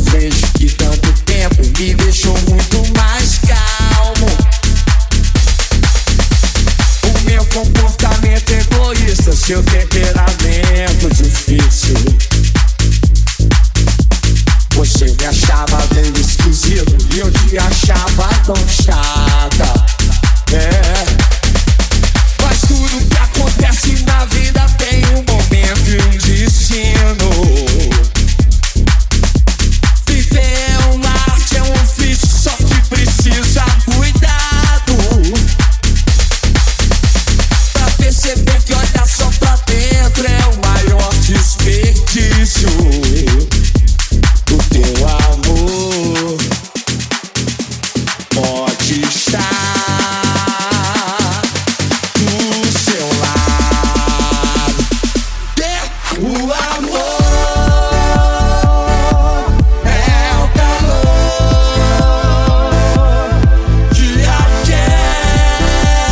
vejo que tanto tempo me deixou muito mais calmo. O meu comportamento egoísta, seu temperamento difícil. Você me achava meio esquisito e eu te achava tão chata. Mas tudo que acontece na vida tem um momento e um destino. Viver é uma arte, é um ofício, só que precisa cuidado. Pra perceber que olhar só pra dentro é o maior desperdício. O teu amor pode estar do seu lado. O amor é o calor que aquece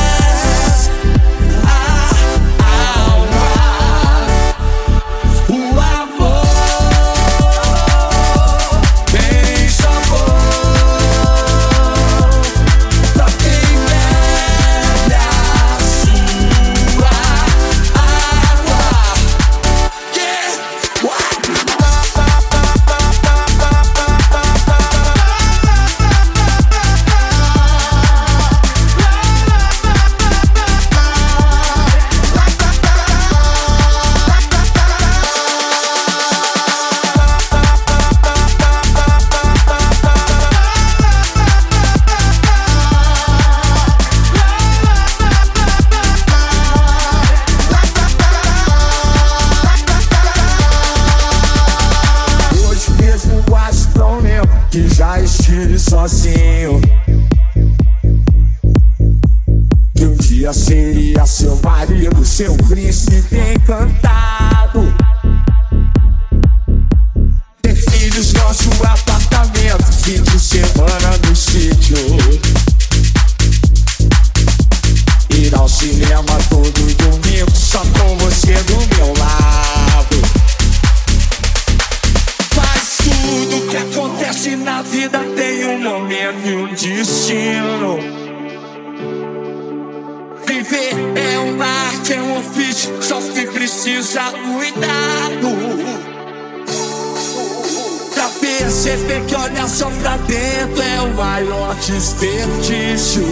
a alma. O amor tem sabor pra quem bebe a sua água. Hoje mesmo quase não lembro que já estive sozinho. Que um dia seria seu marido, seu príncipe encantado. Ter filhos, nosso apartamento, fim de semana no sítio. Ir ao cinema todo domingo, só com você do meu lado. Mas tudo que acontece na vida tem um momento e um destino. Viver é uma arte, é um ofício, só que precisa cuidado. Pra perceber que olhar só pra dentro é o maior desperdício.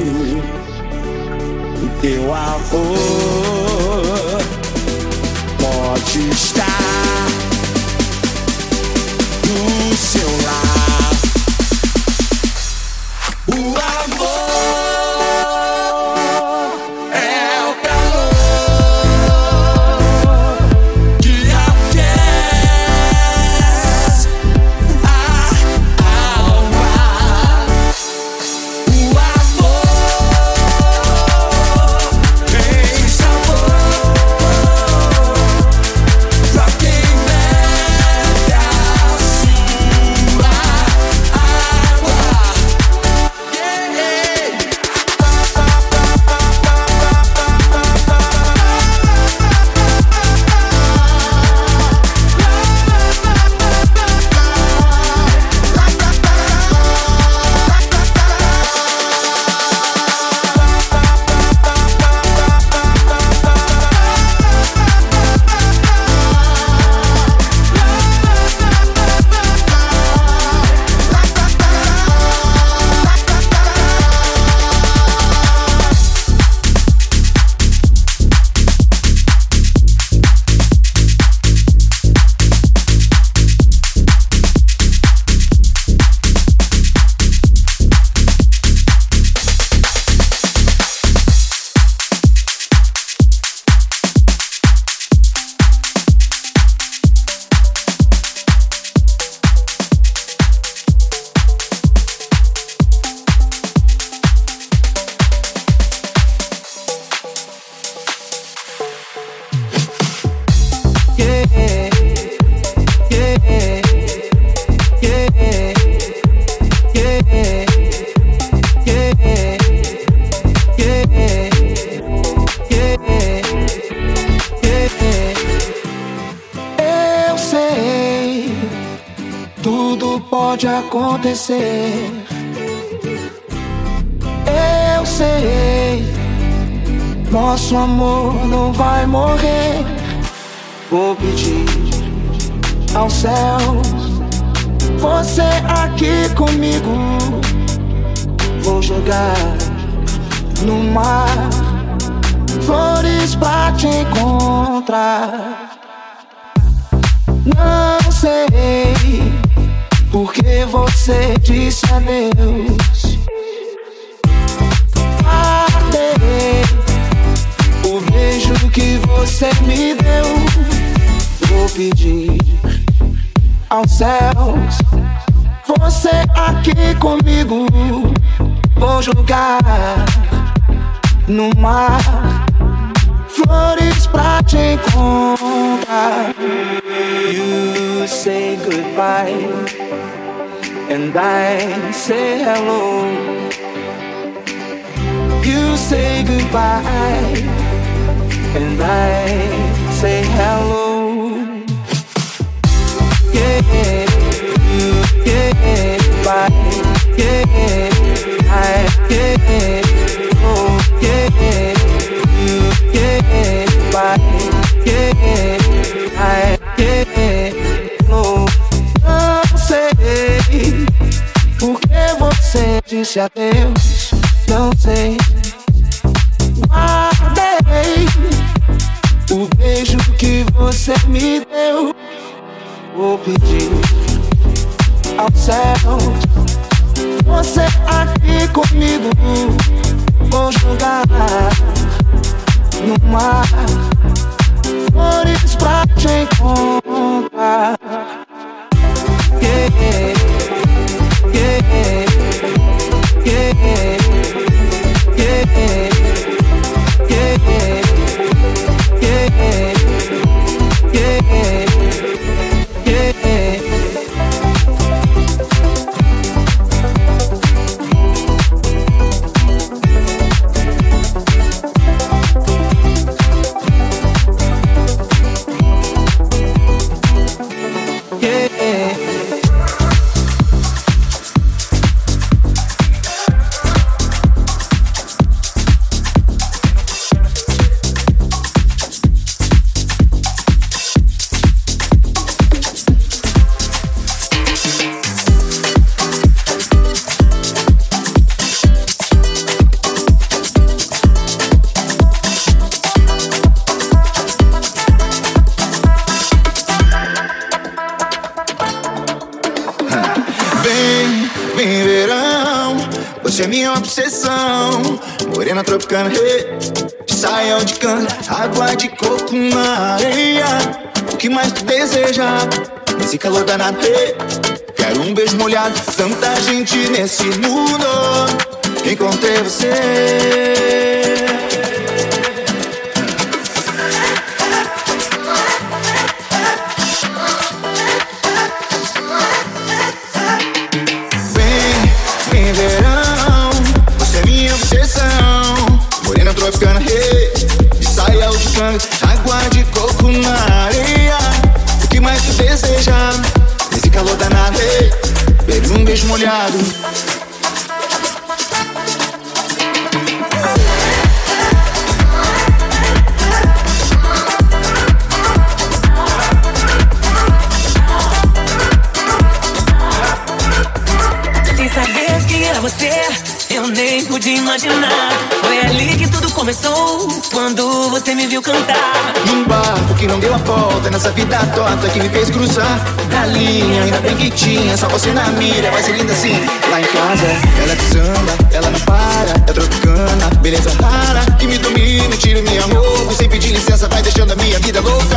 O teu amor pode estar do seu lado. O amor é o calor que aquece a alma. O amor tem sabor pra quem pode acontecer. Eu sei, nosso amor não vai morrer. Vou pedir ao céu, você aqui comigo. Vou jogar no mar flores pra te encontrar. Não sei porque você disse adeus. Guardei o beijo que você me deu. Vou pedir aos céus, você aqui comigo. Vou jogar no mar flores pra te encontrar. You say goodbye and I say hello. You say goodbye and I say hello. Yeah, you yeah, bye, yeah, I yeah, oh yeah, you yeah, bye, yeah, I yeah, no. Não sei porque você disse adeus. Não sei. Guardei o beijo que você me deu. Vou pedir ao céu, você aqui comigo. Vou jogar no mar flores pra te encontrar. Yeah, yeah, yeah, yeah, yeah, yeah, yeah. Você é minha obsessão, morena tropicana, hey. Saia de cana, água de coco na areia. O que mais tu deseja? Nesse calor danado, hey. Quero um beijo molhado, tanta gente nesse mundo. Encontrei você. Vem verão, você é minha obsessão, morena tropicana, hey. De saia de canga, água de coco na areia. O que mais tu deseja? Nesse calor danado, hey. Bebe um beijo molhado. Você, eu nem pude imaginar. Foi ali que tudo começou, quando você me viu cantar. Num barco que não deu a volta, nessa vida torta que me fez cruzar da linha. Ainda bem que tinha só você na mira, vai ser linda assim. Lá em casa, ela é de samba, ela não para, é tropicana, beleza rara, que me domina, tira minha roupa, sem pedir licença, vai deixando a minha vida louca.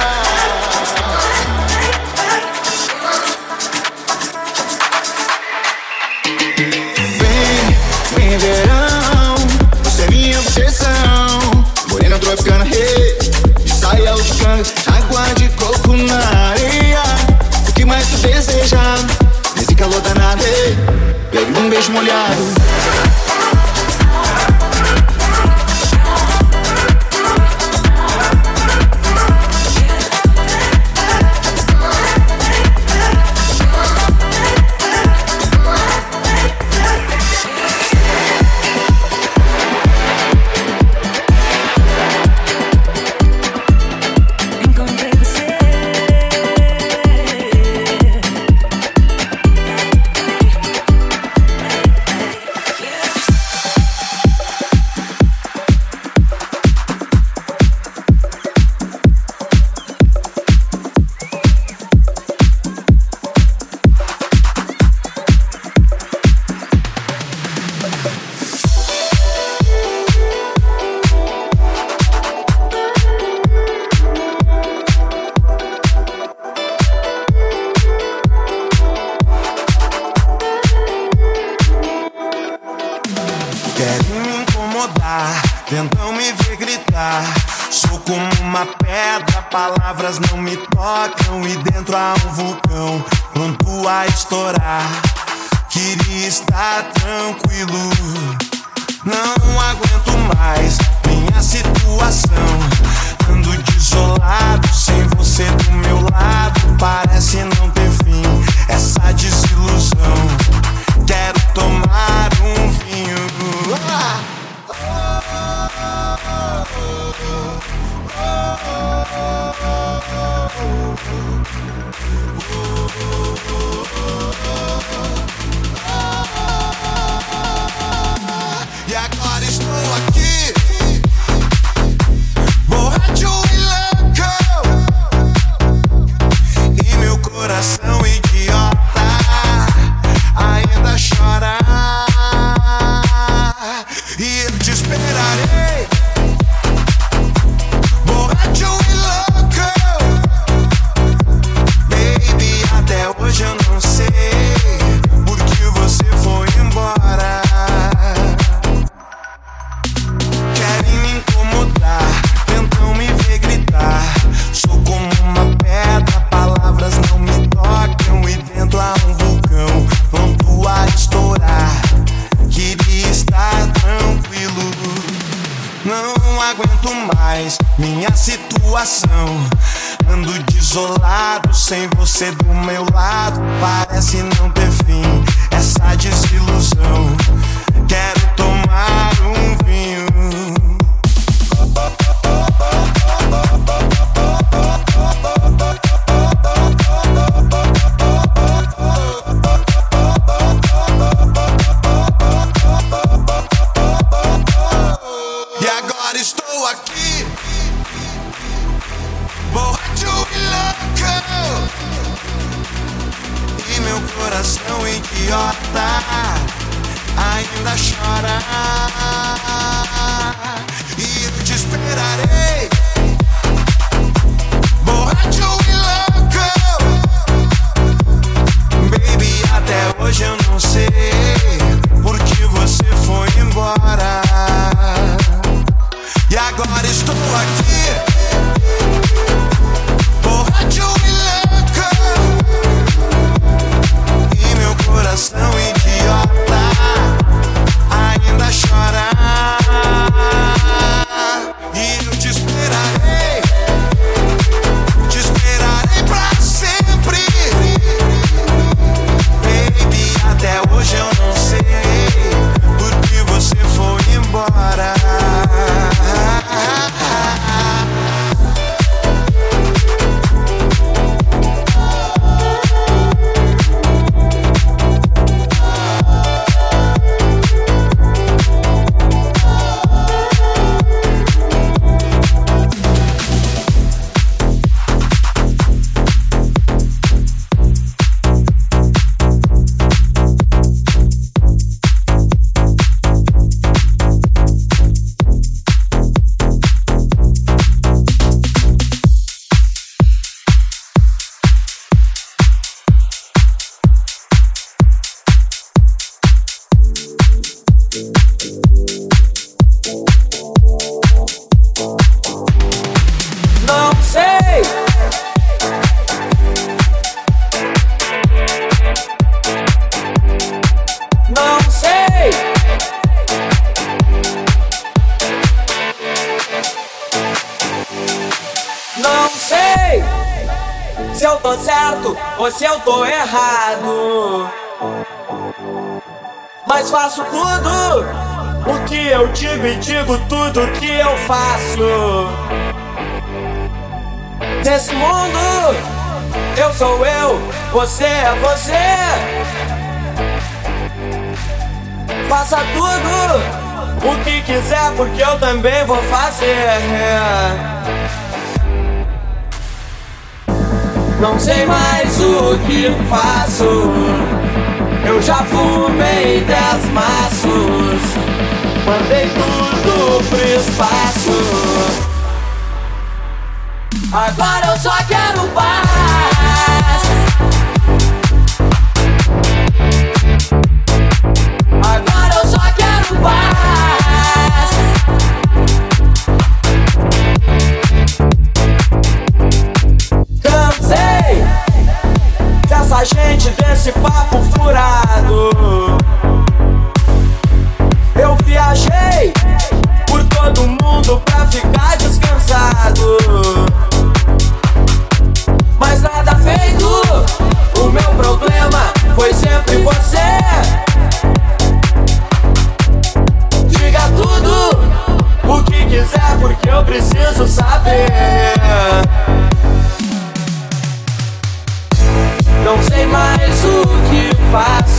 Vem verão, você é minha obsessão, morena tropicana, hey. De saia de canga, água de coco na areia. O que mais tu deseja? Nesse calor danado, hey. Bebe um beijo molhado. tentam me ver gritar. Sou como uma pedra, palavras não me tocam. E dentro há um vulcão pronto a estourar. Queria estar tranquilo, não aguento mais minha situação. Ando desolado, sem você do meu lado. Parece não ter fim essa desilusão. Quero tomar um vinho. E agora estou aqui, borracho e louco, e meu coração idiota ainda chora. E eu te esperarei, borracho e louco. Baby, até hoje eu não sei por que você foi embora. Querem me incomodar, tentam me ver gritar. Sou como uma pedra, palavras não me tocam. E dentro há um vulcão pronto a estourar. Queria estar tranquilo, não aguento mais minha situação. Ando desolado, sem você do meu lado. Parece não ter fim essa desilusão. Quero tomar um vinho. E agora estou aqui, borracho e louco, e meu coração idiota ainda chora. E eu te esperarei, borracho e louco. Baby, até hoje eu não sei por que você foi embora. E agora estou aqui, borracho e louco, e meu coração idiota ainda chora. E eu te esperarei pra sempre. Baby, até hoje eu não sei por que você foi embora. Se eu tô certo ou se eu tô errado, mas faço tudo o que eu digo e digo tudo o que eu faço. Nesse mundo, eu sou eu, você é você. Faça tudo o que quiser, porque eu também vou fazer. Não sei mais o que faço. Eu já fumei 10 maços, mandei tudo pro espaço. Agora eu só quero paz. Agora eu só quero paz.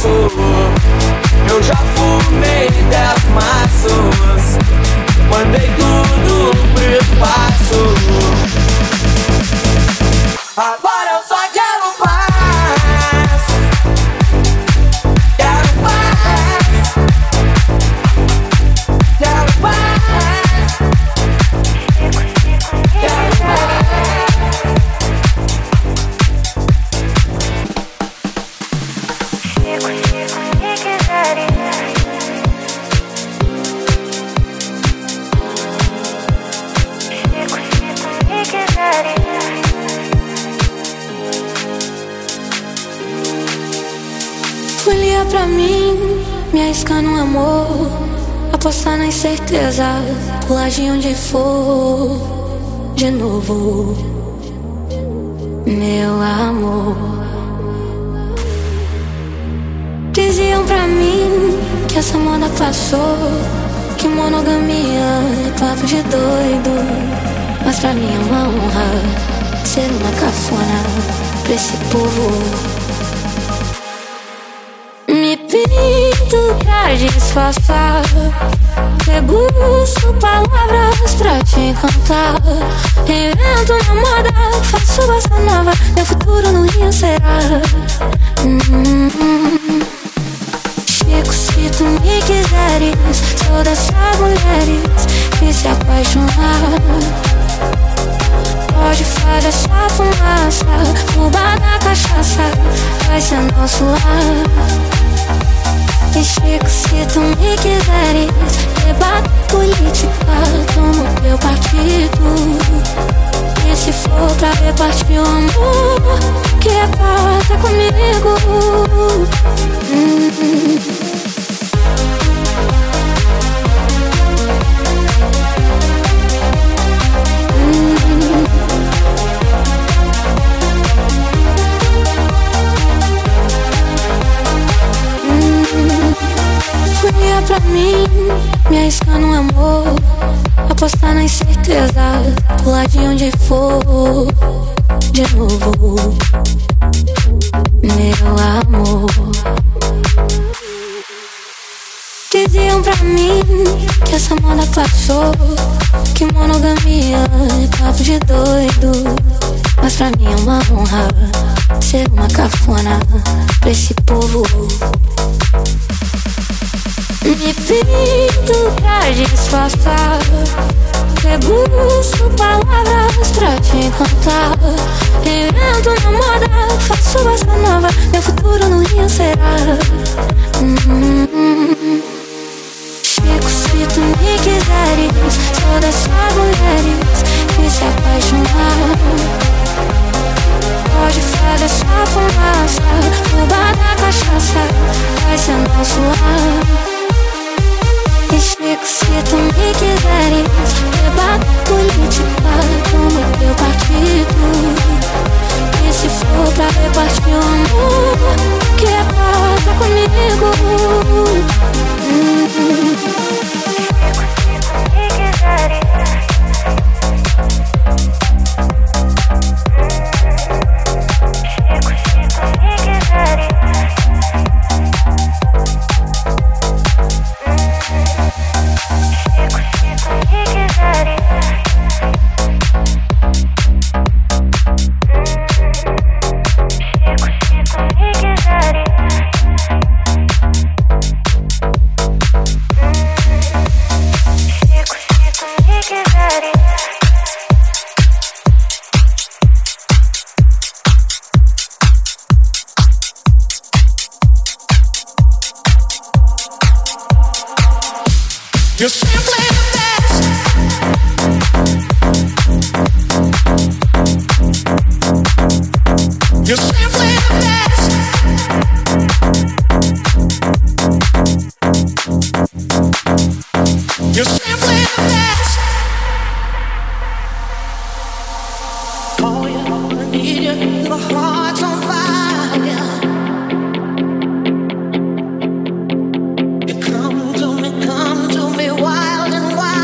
espaço. Eu já fumei 10 maços, mandei tudo pro espaço. Agora eu só quero paz. Quero paz. Quero paz. Quero paz. Olha pra mim, me arriscar no amor, apostar na incerteza, pular de onde for, de novo, meu amor. Diziam pra mim que essa moda passou, que monogamia é papo de doido. Mas pra mim é uma honra ser uma cafona pra esse povo. Me pinto pra disfarçar, rebusco palavras pra te encantar. Invento uma moda, faço bossa nova, meu futuro no Rio será. Chico, se tu me quiseres, sou dessas mulheres que se apaixonar. Pode fazer só fumaça, o bar da cachaça vai ser nosso lar. E Chico, se tu me quiseres, debate política, tomo teu partido. E se for pra repartir o amor, que é pra estar comigo. Olha pra mim, me arriscar no amor, apostar na incerteza, pular de onde for, de novo, meu amor. Diziam pra mim que essa moda passou, que monogamia é papo de doido. Mas pra mim é uma honra ser uma cafona pra esse povo. Me pinto pra disfarçar, rebusco palavras pra te encantar. Invento uma moda, faço bossa nova, meu futuro no Rio será. Chico, se tu me quiseres, sou dessas mulheres que se apaixonar. Pode fazer só fumaça, o bar da cachaça vai ser nosso lar. E Chico, se tu me quiseres, debate política, tomo teu partido. E se for pra repartir o amor, que é pra estar comigo. You're simply the best. You're simply the best. You're simply the best. Oh yeah, I need you. My heart's on fire. You come to me wild and wild.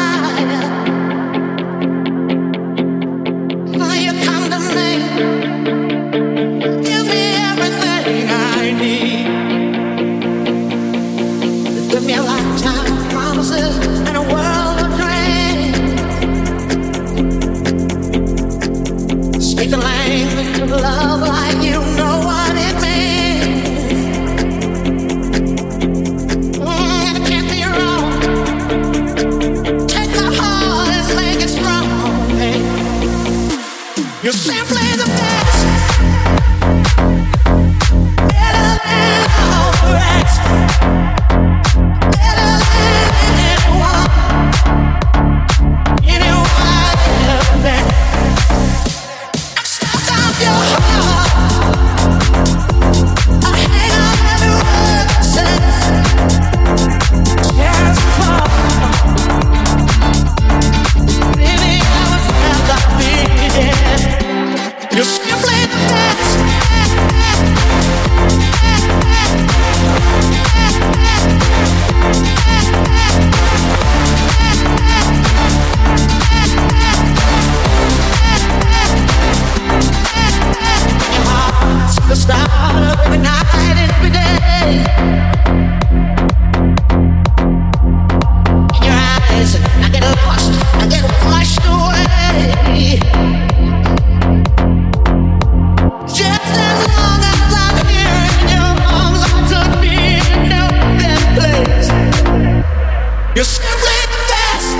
You're simply the best.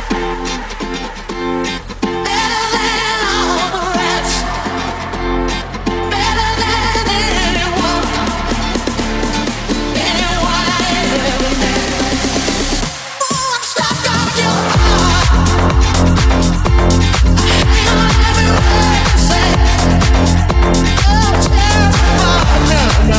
Better than all the rest. Better than anyone. Anyone I ever met. Oh, I'm stuck on your heart. I hang on every word you say. Oh, tear us apart. No.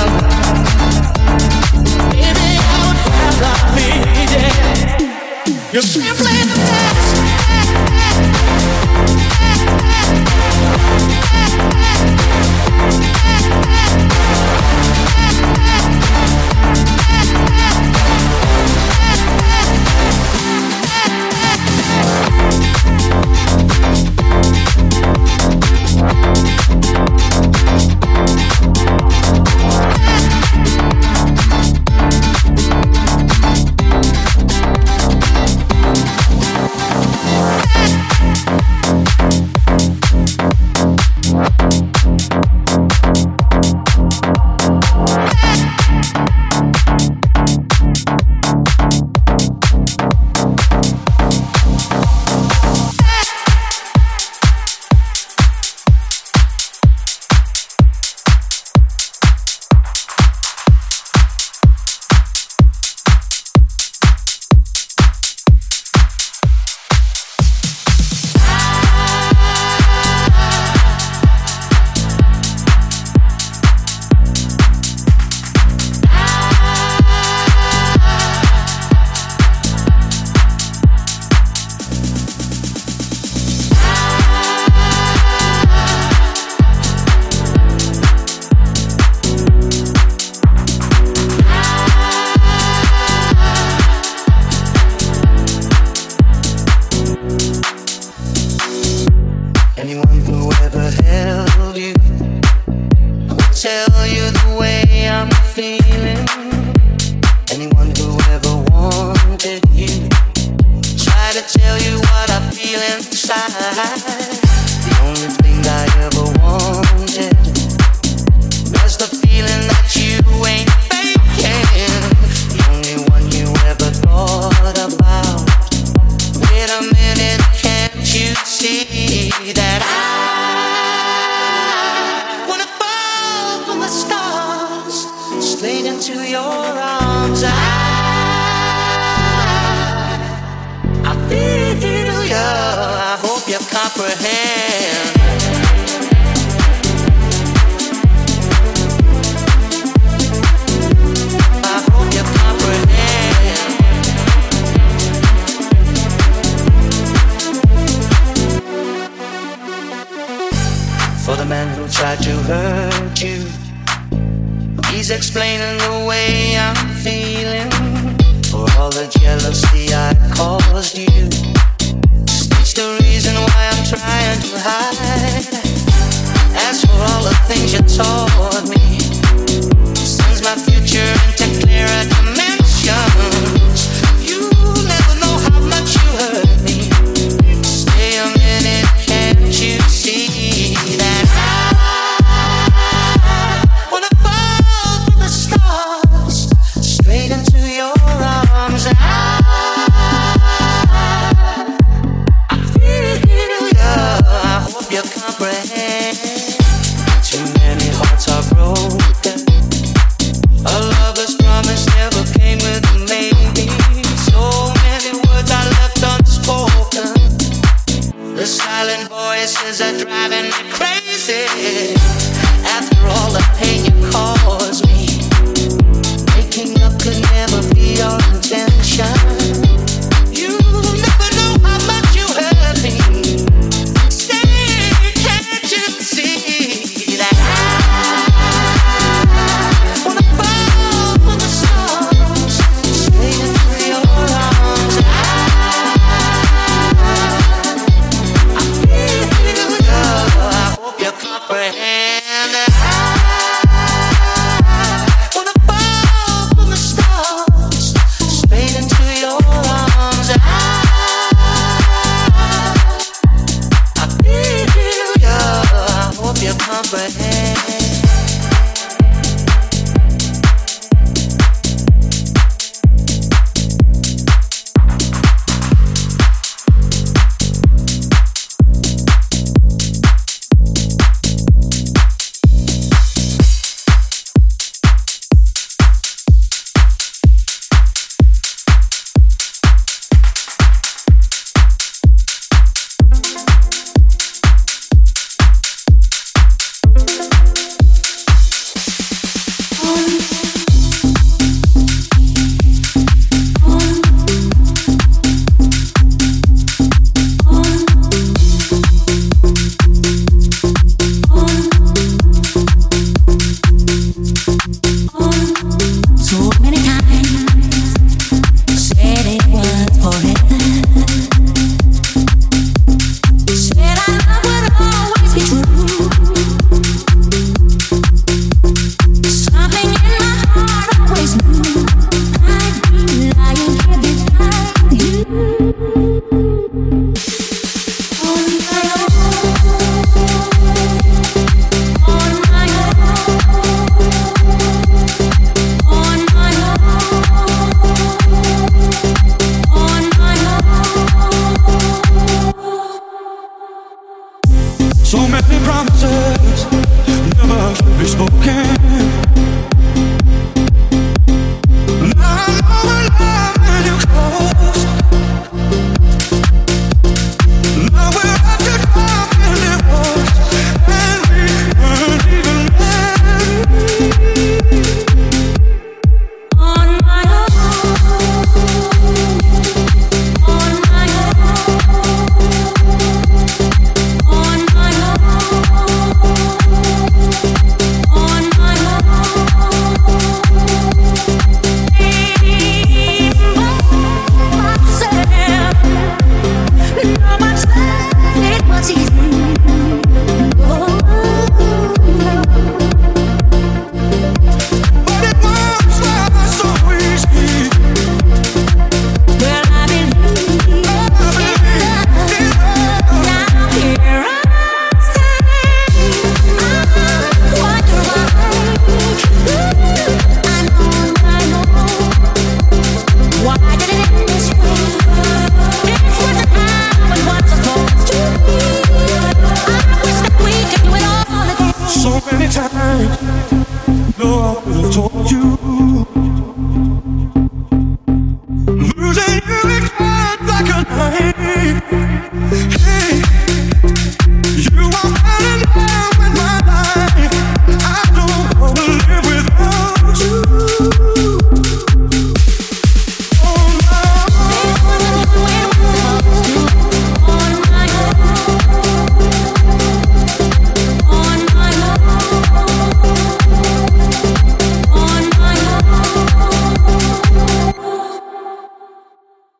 Baby, I would rather be dead. You're simply the best. Things you taught me since my future